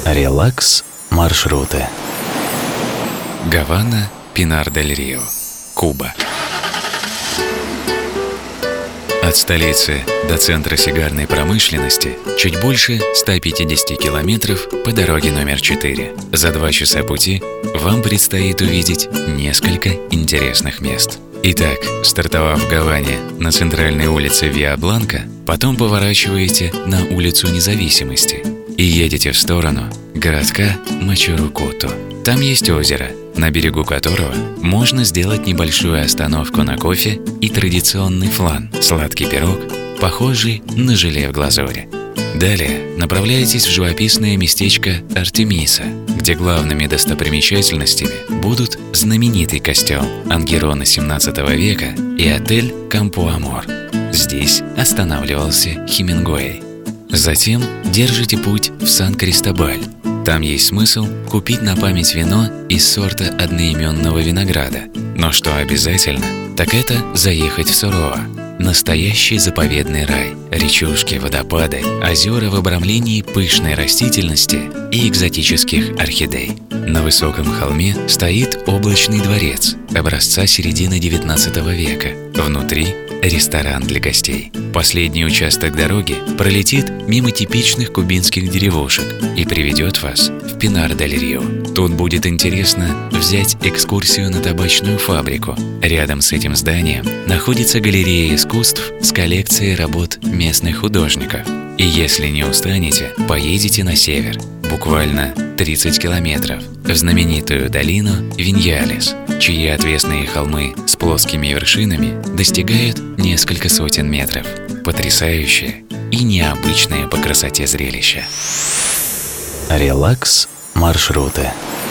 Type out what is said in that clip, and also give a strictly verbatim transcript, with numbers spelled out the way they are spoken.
Релакс маршруты. Гавана, Пинар-дель-Рио, Куба. От столицы до центра сигарной промышленности чуть больше ста пятидесяти километров по дороге номер четыре. За два часа пути вам предстоит увидеть несколько интересных мест. Итак, стартовав в Гаване на центральной улице Виа-Бланка, потом поворачиваете на улицу Независимости и едете в сторону городка Мачурукуту. Там есть озеро, на берегу которого можно сделать небольшую остановку на кофе и традиционный флан – сладкий пирог, похожий на желе в глазури. Далее направляетесь в живописное местечко Артемиса, где главными достопримечательностями будут знаменитый костел Ангерона семнадцатого века и отель Кампу-Амор. Здесь останавливался Хемингуэй. Затем держите путь в Сан-Кристобаль. Там есть смысл купить на память вино из сорта одноименного винограда. Но что обязательно, так это заехать в Сороа. Настоящий заповедный рай. Речушки, водопады, озера в обрамлении пышной растительности и экзотических орхидей. На высоком холме стоит облачный дворец образца середины девятнадцатого века. Внутри ресторан для гостей. Последний участок дороги пролетит мимо типичных кубинских деревушек и приведет вас в Пинар-дель-Рио. Тут будет интересно взять экскурсию на табачную фабрику. Рядом с этим зданием находится галерея искусств с коллекцией работ местных художников. И если не устанете, поедете на север, буквально тридцать километров, в знаменитую долину Виньялес, чьи отвесные холмы с плоскими вершинами достигают несколько сотен метров. Потрясающее и необычное по красоте зрелище. Релакс маршруты.